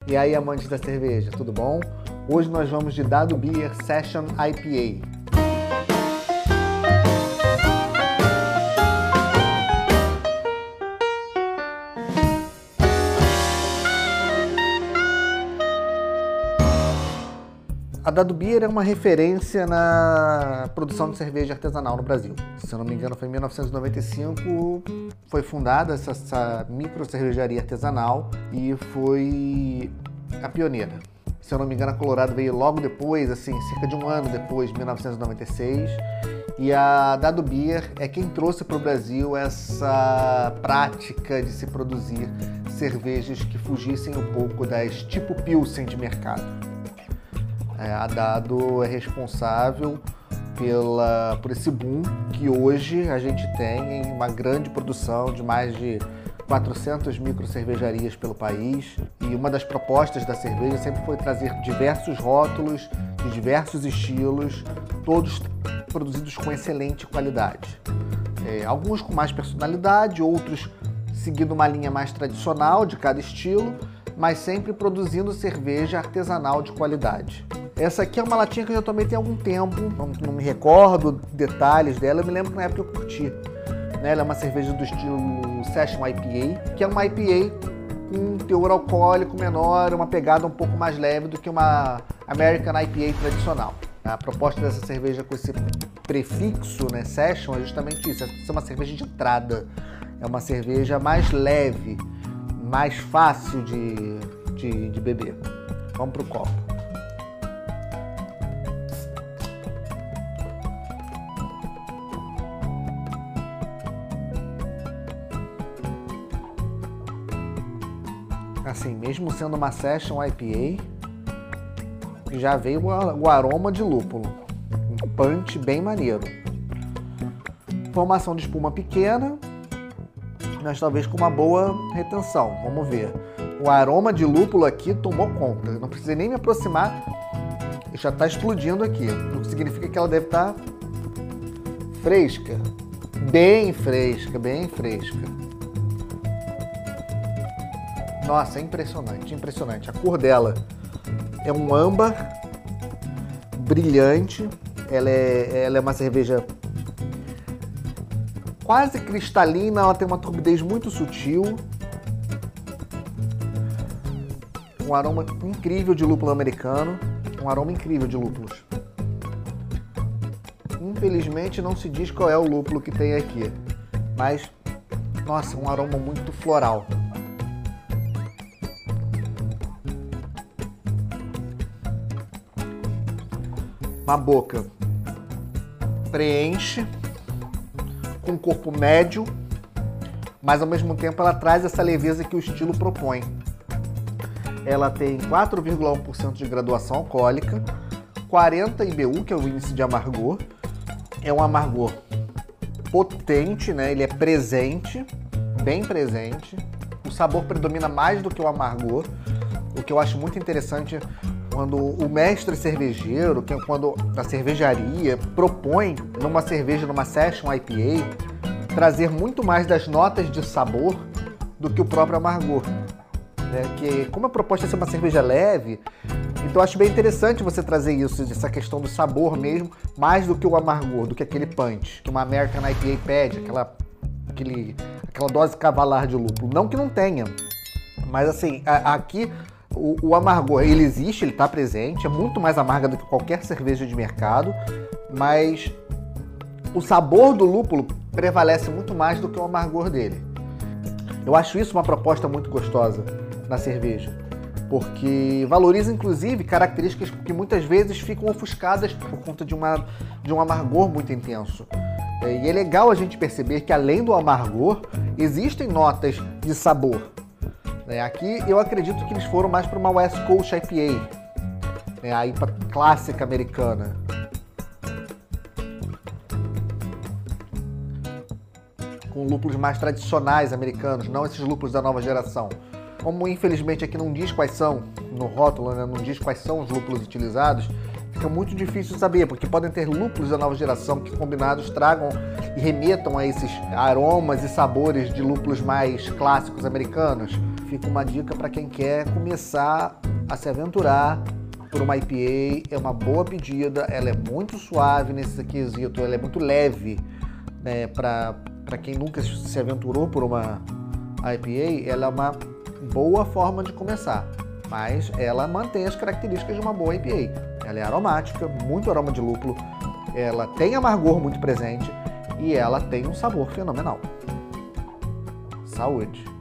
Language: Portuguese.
E aí, amantes da cerveja, tudo bom? Hoje nós vamos de Dado Beer Session IPA. A Dado Beer é uma referência na produção de cerveja artesanal no Brasil. Se eu não me engano, foi em 1995, foi fundada essa micro cervejaria artesanal e foi a pioneira. Se eu não me engano, a Colorado veio logo depois, assim, cerca de um ano depois, 1996. E a Dado Beer é quem trouxe para o Brasil essa prática de se produzir cervejas que fugissem um pouco das tipo Pilsen de mercado. A Dado é responsável por esse boom que hoje a gente tem em uma grande produção de mais de 400 micro cervejarias pelo país. E uma das propostas da cerveja sempre foi trazer diversos rótulos de diversos estilos, todos produzidos com excelente qualidade. Alguns com mais personalidade, outros seguindo uma linha mais tradicional de cada estilo, mas sempre produzindo cerveja artesanal de qualidade. Essa aqui é uma latinha que eu já tomei tem algum tempo, não me recordo detalhes dela, eu me lembro que na época eu curti. Ela é uma cerveja do estilo Session IPA, que é uma IPA com um teor alcoólico menor, uma pegada um pouco mais leve do que uma American IPA tradicional. A proposta dessa cerveja com esse prefixo, Session, é justamente isso, é ser uma cerveja de entrada. É uma cerveja mais leve, mais fácil de beber. Vamos pro copo. Assim, mesmo sendo uma Session IPA, já veio o aroma de lúpulo. Um punch bem maneiro. Formação de espuma pequena, mas talvez com uma boa retenção. Vamos ver. O aroma de lúpulo aqui tomou conta. Eu não precisei nem me aproximar e já está explodindo aqui. O que significa que ela deve estar fresca. Bem fresca, bem fresca. Nossa, é impressionante, impressionante. A cor dela é um âmbar brilhante. Ela é uma cerveja quase cristalina, ela tem uma turbidez muito sutil. Um aroma incrível de lúpulo americano. Um aroma incrível de lúpulos. Infelizmente não se diz qual é o lúpulo que tem aqui. Mas, nossa, um aroma muito floral. Uma boca preenche, com um corpo médio, mas ao mesmo tempo ela traz essa leveza que o estilo propõe. Ela tem 4,1% de graduação alcoólica, 40 IBU, que é o índice de amargor. É um amargor potente, Ele é presente, bem presente. O sabor predomina mais do que o amargor, o que eu acho muito interessante quando o mestre cervejeiro, que é quando a cervejaria propõe numa cerveja, numa Session IPA, trazer muito mais das notas de sabor do que o próprio amargor. Que como a proposta é ser uma cerveja leve, então eu acho bem interessante você trazer isso, essa questão do sabor mesmo, mais do que o amargor, do que aquele punch, que uma American IPA pede, aquela dose cavalar de lúpulo. Não que não tenha, mas assim, aqui o amargor, ele existe, ele está presente, é muito mais amarga do que qualquer cerveja de mercado, mas o sabor do lúpulo prevalece muito mais do que o amargor dele. Eu acho isso uma proposta muito gostosa na cerveja, porque valoriza inclusive características que muitas vezes ficam ofuscadas por conta de um amargor muito intenso. E é legal a gente perceber que além do amargor, existem notas de sabor. Aqui eu acredito que eles foram mais para uma West Coast IPA, a IPA clássica americana. Com lúpulos mais tradicionais americanos, não esses lúpulos da nova geração. Como infelizmente aqui não diz quais são, no rótulo, não diz quais são os lúpulos utilizados, fica muito difícil saber, porque podem ter lúpulos da nova geração que combinados tragam e remetam a esses aromas e sabores de lúpulos mais clássicos americanos. fica uma dica para quem quer começar a se aventurar por uma IPA. É uma boa pedida, ela é muito suave nesse quesito, ela é muito leve, né? Para quem nunca se aventurou por uma IPA, ela é uma boa forma de começar, mas ela mantém as características de uma boa IPA. Ela é aromática, muito aroma de lúpulo, ela tem amargor muito presente e ela tem um sabor fenomenal. Saúde!